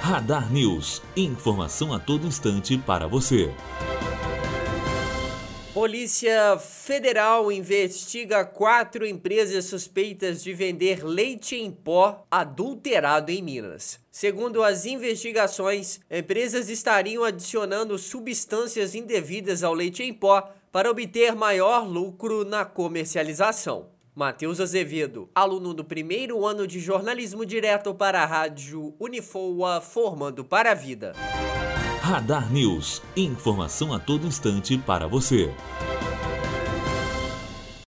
Radar News. Informação a todo instante para você. Polícia Federal investiga 4 empresas suspeitas de vender leite em pó adulterado em Minas. Segundo as investigações, empresas estariam adicionando substâncias indevidas ao leite em pó para obter maior lucro na comercialização. Matheus Azevedo, aluno do 1º ano de jornalismo direto para a Rádio Unifoa, formando para a vida. Radar News. Informação a todo instante para você.